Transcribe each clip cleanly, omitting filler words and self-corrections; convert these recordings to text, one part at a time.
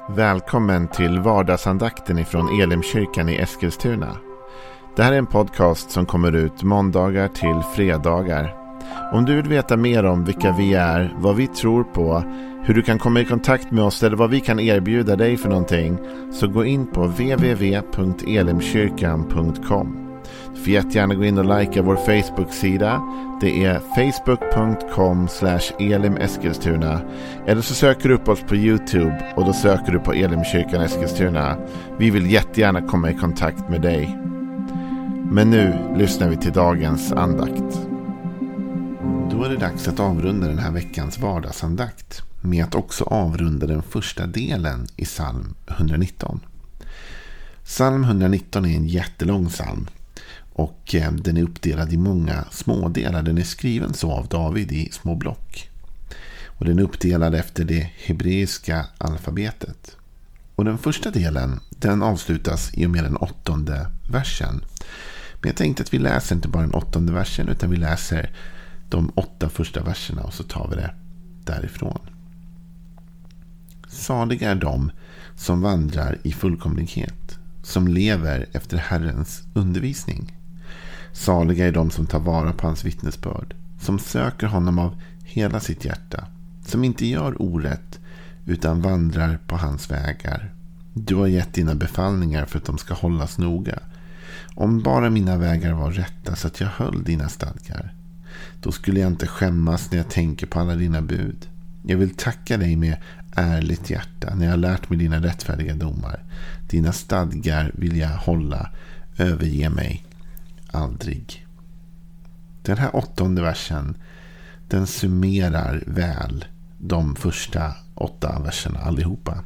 Välkommen till vardagsandakten ifrån Elimkyrkan i Eskilstuna. Det här är en podcast som kommer ut måndagar till fredagar. Om du vill veta mer om vilka vi är, vad vi tror på, hur du kan komma i kontakt med oss eller vad vi kan erbjuda dig för någonting, så gå in på www.elimkyrkan.com. Du får jättegärna gå in och likea vår Facebook-sida. Det är facebook.com/elimeskilstuna. Eller så söker du upp oss på YouTube och då söker du på Elimkyrkan Eskilstuna. Vi vill jättegärna komma i kontakt med dig. Men nu lyssnar vi till dagens andakt. Då är det dags att avrunda den här veckans vardagsandakt med att också avrunda den första delen i psalm 119. Psalm 119 är en jättelång psalm. Och den är uppdelad i många små delar. Den är skriven så av David i små block. Och den är uppdelad efter det hebreiska alfabetet. Och den första delen, den avslutas i och med den 8:e versen. Men jag tänkte att vi läser inte bara den 8:e versen, utan vi läser de 8 första verserna och så tar vi det därifrån. Saliga är de som vandrar i fullkomlighet, som lever efter Herrens undervisning. Saliga är de som tar vara på hans vittnesbörd, som söker honom av hela sitt hjärta, som inte gör orätt utan vandrar på hans vägar. Du har gett dina befallningar för att de ska hållas noga. Om bara mina vägar var rätta så att jag höll dina stadgar, då skulle jag inte skämmas när jag tänker på alla dina bud. Jag vill tacka dig med ärligt hjärta när jag har lärt mig dina rättfärdiga domar. Dina stadgar vill jag hålla, överge mig aldrig. Den här 8:e versen, den summerar väl de första 8 verserna allihopa.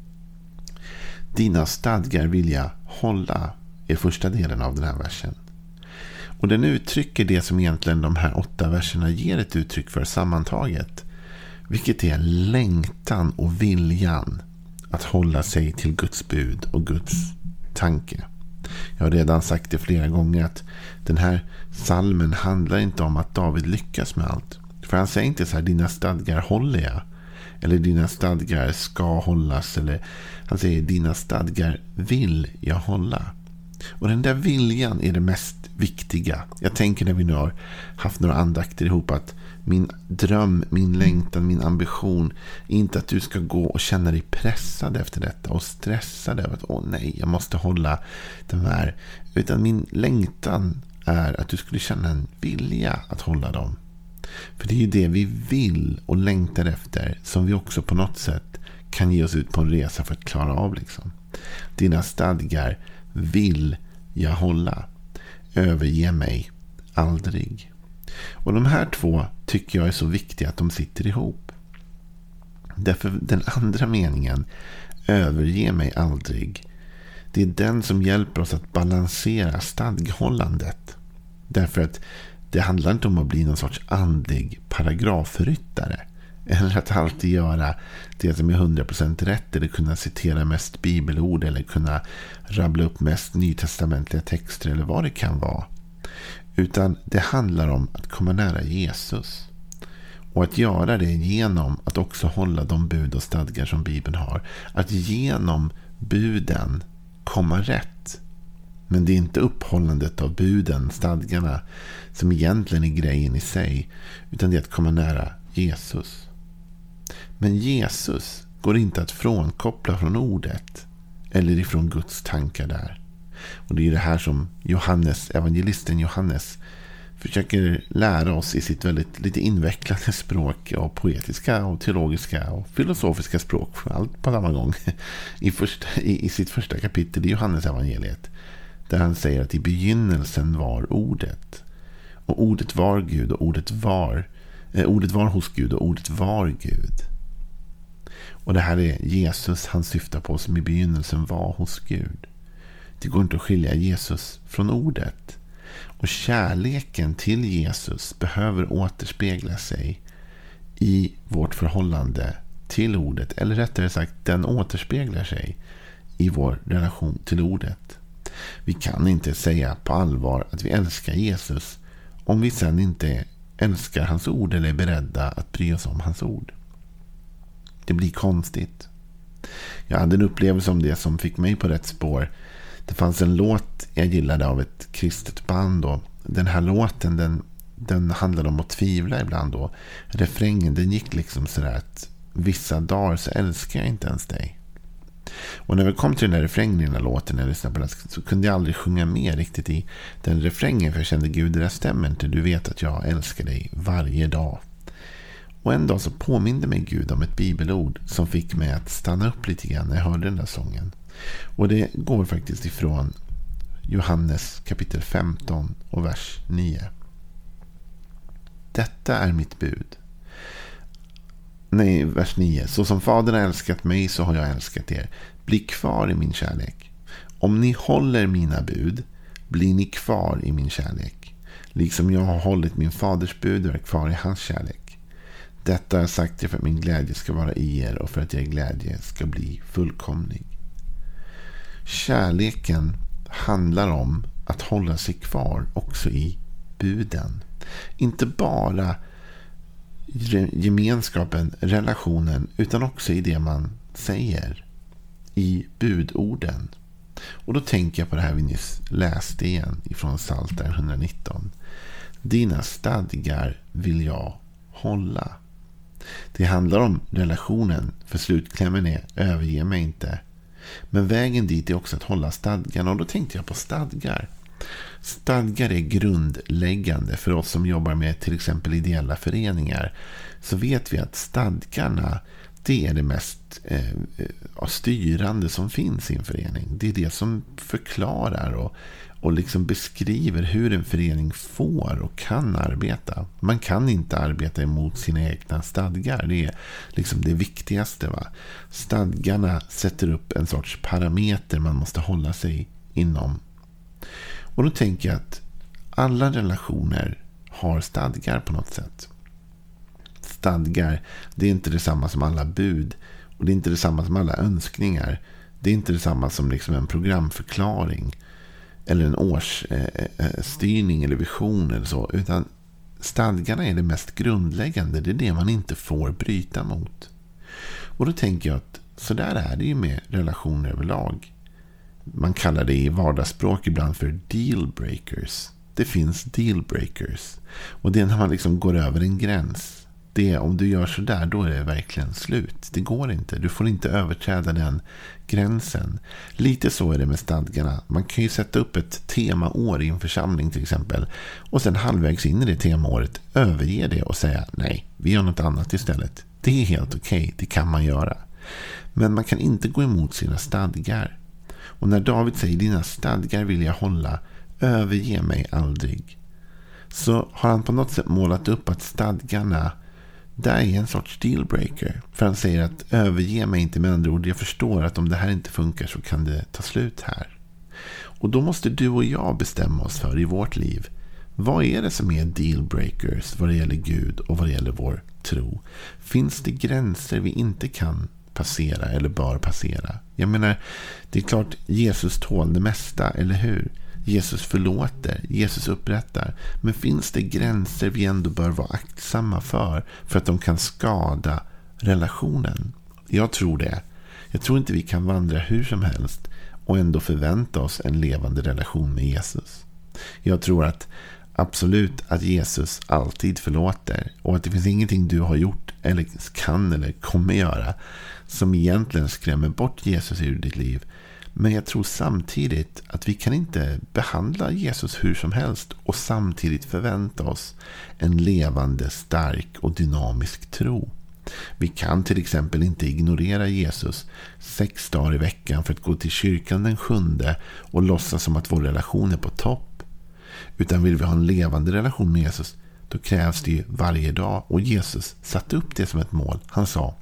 Dina stadgar vill jag hålla är första delen av den här versen. Och den uttrycker det som egentligen de här 8 verserna ger ett uttryck för sammantaget. Vilket är längtan och viljan att hålla sig till Guds bud och Guds tanke. Jag har redan sagt det flera gånger att den här psalmen handlar inte om att David lyckas med allt. För han säger inte så här: dina stadgar håller jag. Eller dina stadgar ska hållas. Eller han säger: dina stadgar vill jag hålla. Och den där viljan är det mest viktiga. Jag tänker när vi nu har haft några andakter ihop att min dröm, min längtan, min ambition är inte att du ska gå och känna dig pressad efter detta och stressad över att nej, jag måste hålla de här. Utan min längtan är att du skulle känna en vilja att hålla dem. För det är ju det vi vill och längtar efter som vi också på något sätt kan ge oss ut på en resa för att klara av liksom. Dina stadgar vill jag hålla. Överge mig aldrig. Och de här två tycker jag är så viktiga att de sitter ihop. Därför den andra meningen, överge mig aldrig, det är den som hjälper oss att balansera stadghållandet. Därför att det handlar inte om att bli någon sorts andlig paragrafryttare. Eller att alltid göra det som är 100% rätt. Eller kunna citera mest bibelord. Eller kunna rabbla upp mest nytestamentliga texter. Eller vad det kan vara. Utan det handlar om att komma nära Jesus. Och att göra det genom att också hålla de bud och stadgar som Bibeln har. Att genom buden komma rätt. Men det är inte upphållandet av buden, stadgarna, som egentligen är grejen i sig. Utan det är att komma nära Jesus. Men Jesus går inte att frånkoppla från ordet eller ifrån Guds tankar där. Och det är det här som evangelisten Johannes försöker lära oss i sitt väldigt lite invecklade språk och poetiska och teologiska och filosofiska språk, allt på samma gång, i sitt första kapitel i Johannes evangeliet, där han säger att i begynnelsen var ordet, och ordet var Gud, och ordet var hos Gud, och ordet var Gud. Och det här är Jesus han syftar på, som i begynnelsen var hos Gud. Det går inte att skilja Jesus från ordet. Och kärleken till Jesus behöver återspegla sig i vårt förhållande till ordet. Eller rättare sagt, den återspeglar sig i vår relation till ordet. Vi kan inte säga på allvar att vi älskar Jesus om vi sedan inte älskar hans ord eller är beredda att bry oss om hans ord. Det blir konstigt. Jag hade en upplevelse om det som fick mig på rätt spår. Det fanns en låt jag gillade av ett kristet band. Och den här låten den handlade om att tvivla ibland. Och refrängen den gick liksom sådär att vissa dagar så älskar jag inte ens dig. Och när vi kom till den där refrängen i den här låten jag lyssnade på den, så kunde jag aldrig sjunga med riktigt i den refrängen. För jag kände, Gud, det där stämmer inte. Du vet att jag älskar dig varje dag. Och en dag så påminde mig Gud om ett bibelord som fick mig att stanna upp lite grann när jag hörde den där sången. Och det går faktiskt ifrån Johannes kapitel 15 och vers 9. Detta är mitt bud. Nej, vers 9. Så som Fadern har älskat mig så har jag älskat er. Bli kvar i min kärlek. Om ni håller mina bud blir ni kvar i min kärlek. Liksom jag har hållit min faders bud och är kvar i hans kärlek. Detta har jag sagt er för att min glädje ska vara i er och för att er glädje ska bli fullkomlig. Kärleken handlar om att hålla sig kvar också i buden. Inte bara gemenskapen, relationen, utan också i det man säger. I budorden. Och då tänker jag på det här vi nyss läste igen ifrån Psaltaren 119. Dina stadgar vill jag hålla. Det handlar om relationen, för slutklämmen är överge mig inte. Men vägen dit är också att hålla stadgarna, och då tänkte jag på stadgar. Stadgar är grundläggande för oss som jobbar med till exempel ideella föreningar. Så vet vi att stadgarna, det är det mest styrande som finns i en förening. Det är det som förklarar och liksom beskriver hur en förening får och kan arbeta. Man kan inte arbeta emot sina egna stadgar. Det är liksom det viktigaste. Va? Stadgarna sätter upp en sorts parameter man måste hålla sig inom. Och då tänker jag att alla relationer har stadgar på något sätt. Stadgar, det är inte detsamma som alla bud. Och det är inte detsamma som alla önskningar. Det är inte detsamma som liksom en programförklaring. Eller en årsstyrning eller vision eller så. Utan stadgarna är det mest grundläggande. Det är det man inte får bryta mot. Och då tänker jag att så där är det ju med relationer överlag. Man kallar det i vardagsspråk ibland för dealbreakers. Det finns dealbreakers. Och det är när man liksom går över en gräns. Det är, om du gör så där, då är det verkligen slut. Det går inte. Du får inte överträda den gränsen. Lite så är det med stadgarna. Man kan ju sätta upp ett temaår i en församling till exempel. Och sen halvvägs in i det temaåret överge det och säga nej, vi gör något annat istället. Det är helt okej. Det kan man göra. Men man kan inte gå emot sina stadgar. Och när David säger dina stadgar vill jag hålla, överge mig aldrig. Så har han på något sätt målat upp att stadgarna där är en sorts dealbreaker. För han säger att överge mig inte, med andra ord. Jag förstår att om det här inte funkar så kan det ta slut här. Och då måste du och jag bestämma oss för i vårt liv. Vad är det som är dealbreakers vad det gäller Gud och vad det gäller vår tro? Finns det gränser vi inte kan passera eller bör passera? Jag menar, det är klart Jesus tål det mesta, eller hur? Jesus förlåter, Jesus upprättar. Men finns det gränser vi ändå bör vara aktsamma för att de kan skada relationen? Jag tror det. Jag tror inte vi kan vandra hur som helst och ändå förvänta oss en levande relation med Jesus. Jag tror att absolut att Jesus alltid förlåter, och att det finns ingenting du har gjort eller kan eller kommer göra som egentligen skrämmer bort Jesus ur ditt liv. Men jag tror samtidigt att vi kan inte behandla Jesus hur som helst och samtidigt förvänta oss en levande, stark och dynamisk tro. Vi kan till exempel inte ignorera Jesus 6 dagar i veckan för att gå till kyrkan den 7:e och låtsas som att vår relation är på topp. Utan vill vi ha en levande relation med Jesus, då krävs det ju varje dag. Och Jesus satte upp det som ett mål. Han sa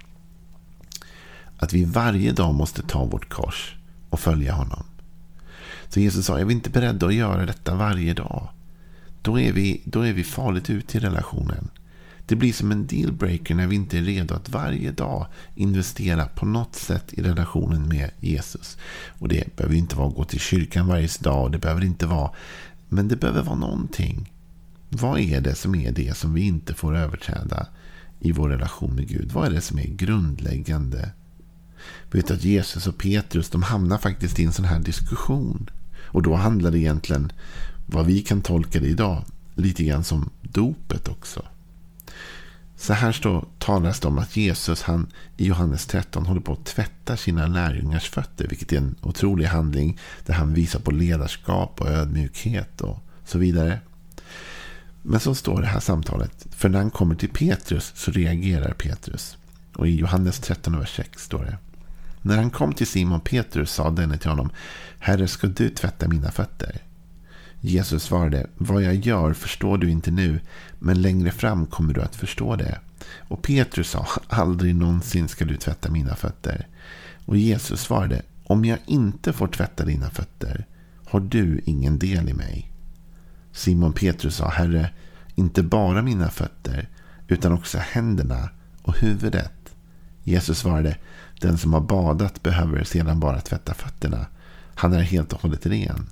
att vi varje dag måste ta vårt kors och följa honom. Så Jesus sa, är vi inte beredda att göra detta varje dag, då är vi farligt ute i relationen. Det blir som en dealbreaker när vi inte är redo att varje dag investera på något sätt i relationen med Jesus. Och det behöver inte vara att gå till kyrkan varje dag, det behöver inte vara, men det behöver vara någonting. Vad är det som vi inte får överträda i vår relation med Gud? Vad är det som är grundläggande? Vet att Jesus och Petrus, de hamnar faktiskt i en sån här diskussion. Och då handlar det egentligen, vad vi kan tolka det idag, lite grann som dopet också. Så här talas det om att Jesus, han i Johannes 13 håller på att tvätta sina lärjungars fötter, vilket är en otrolig handling där han visar på ledarskap och ödmjukhet och så vidare. Men så står det här samtalet, för när han kommer till Petrus så reagerar Petrus. Och i Johannes 13 vers 6 står det: när han kom till Simon Petrus sa denne till honom: Herre, ska du tvätta mina fötter? Jesus svarade: vad jag gör förstår du inte nu, men längre fram kommer du att förstå det. Och Petrus sa: aldrig någonsin ska du tvätta mina fötter. Och Jesus svarade: om jag inte får tvätta dina fötter har du ingen del i mig. Simon Petrus sa: Herre, inte bara mina fötter utan också händerna och huvudet. Jesus svarade: den som har badat behöver sedan bara tvätta fötterna. Han är helt och hållet ren.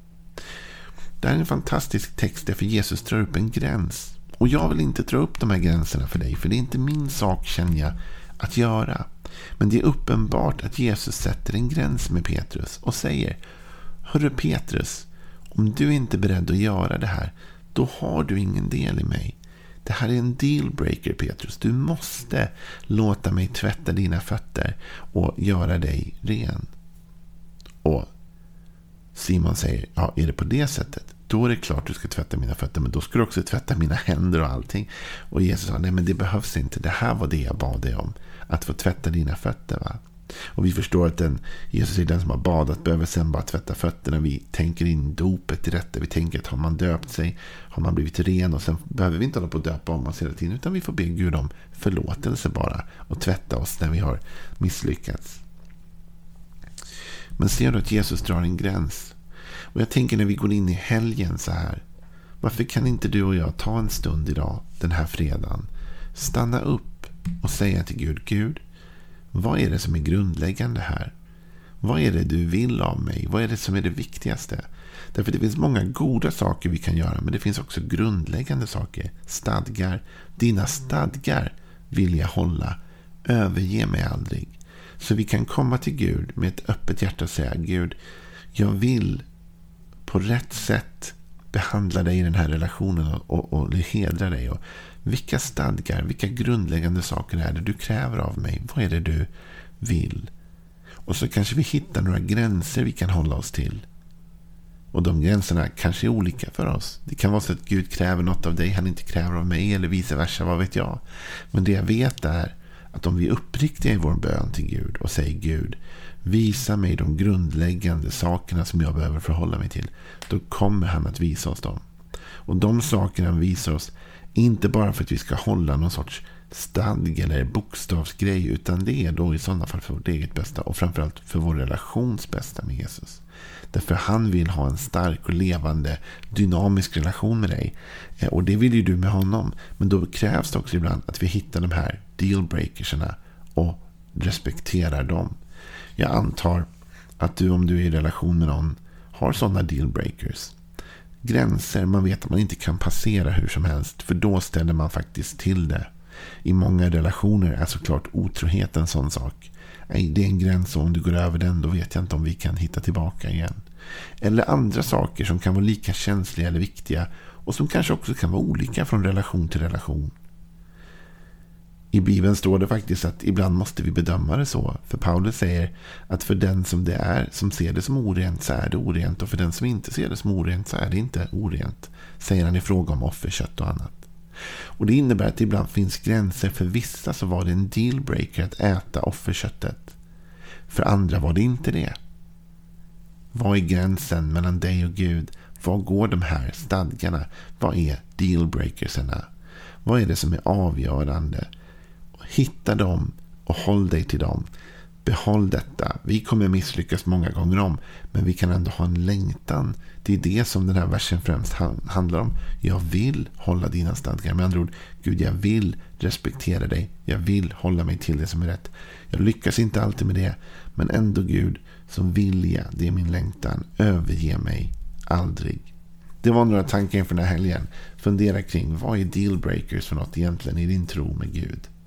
Det här är en fantastisk text där för Jesus drar upp en gräns. Och jag vill inte dra upp de här gränserna för dig, för det är inte min sak, känner jag, att göra. Men det är uppenbart att Jesus sätter en gräns med Petrus och säger: hörru Petrus, om du inte är beredd att göra det här, då har du ingen del i mig. Det här är en dealbreaker, Petrus. Du måste låta mig tvätta dina fötter och göra dig ren. Och Simon säger: ja, är det på det sättet? Då är det klart du ska tvätta mina fötter, men då ska du också tvätta mina händer och allting. Och Jesus sa: nej, men det behövs inte. Det här var det jag bad dig om. Att få tvätta dina fötter, va? Och vi förstår att Jesus är den som har badat behöver sen bara tvätta fötterna. Vi tänker in dopet i detta. Vi tänker att har man döpt sig, har man blivit ren, och sen behöver vi inte hålla på att döpa om oss hela tiden, utan vi får be Gud om förlåtelse bara och tvätta oss när vi har misslyckats. Men ser du att Jesus drar en gräns? Och jag tänker när vi går in i helgen så här: varför kan inte du och jag ta en stund idag, den här fredagen, stanna upp och säga till Gud: Gud, vad är det som är grundläggande här? Vad är det du vill av mig? Vad är det som är det viktigaste? Därför det finns många goda saker vi kan göra, men det finns också grundläggande saker. Stadgar. Dina stadgar vill jag hålla. Överge mig aldrig. Så vi kan komma till Gud med ett öppet hjärta och säga: Gud, jag vill på rätt sätt behandla dig i den här relationen och hedra dig. Och vilka stadgar, vilka grundläggande saker är det du kräver av mig? Vad är det du vill? Och så kanske vi hittar några gränser vi kan hålla oss till. Och de gränserna kanske är olika för oss. Det kan vara så att Gud kräver något av dig, han inte kräver av mig, eller vice versa, vad vet jag. Men det jag vet är att om vi är uppriktiga i vår bön till Gud och säger: Gud, visa mig de grundläggande sakerna som jag behöver förhålla mig till, då kommer han att visa oss dem. Och de sakerna han visar oss, inte bara för att vi ska hålla någon sorts stadg eller bokstavsgrej, utan det är då i sådana fall för vårt eget bästa och framförallt för vår relations bästa med Jesus. Därför han vill ha en stark och levande, dynamisk relation med dig. Och det vill ju du med honom. Men då krävs det också ibland att vi hittar de här dealbreakerserna och respekterar dem. Jag antar att du, om du är i relation med någon, har sådana dealbreakers. Gränser man vet att man inte kan passera hur som helst, för då ställer man faktiskt till det. I många relationer är såklart otrohet en sån sak. Nej, det är en gräns, och om du går över den, då vet jag inte om vi kan hitta tillbaka igen. Eller andra saker som kan vara lika känsliga eller viktiga, och som kanske också kan vara olika från relation till relation. I Bibeln står det faktiskt att ibland måste vi bedöma det så. För Paulus säger att för den som det är, som ser det som orent, så är det orent. Och för den som inte ser det som orent, så är det inte orent. Säger han i fråga om offerkött och annat. Och det innebär att det ibland finns gränser. För vissa så var det en dealbreaker att äta offerköttet. För andra var det inte det. Vad är gränsen mellan dig och Gud? Var går de här stadgarna? Vad är dealbreakersarna? Vad är det som är avgörande? Hitta dem och håll dig till dem. Behåll detta. Vi kommer misslyckas många gånger om, men vi kan ändå ha en längtan. Det är det som den här versen främst handlar om. Jag vill hålla dina stadgar. Med andra ord, Gud, jag vill respektera dig. Jag vill hålla mig till det som är rätt. Jag lyckas inte alltid med det, men ändå, Gud, som vilja, det är min längtan. Överge mig aldrig. Det var några tankar inför den här helgen. Fundera kring, vad är dealbreakers för något egentligen i din tro med Gud?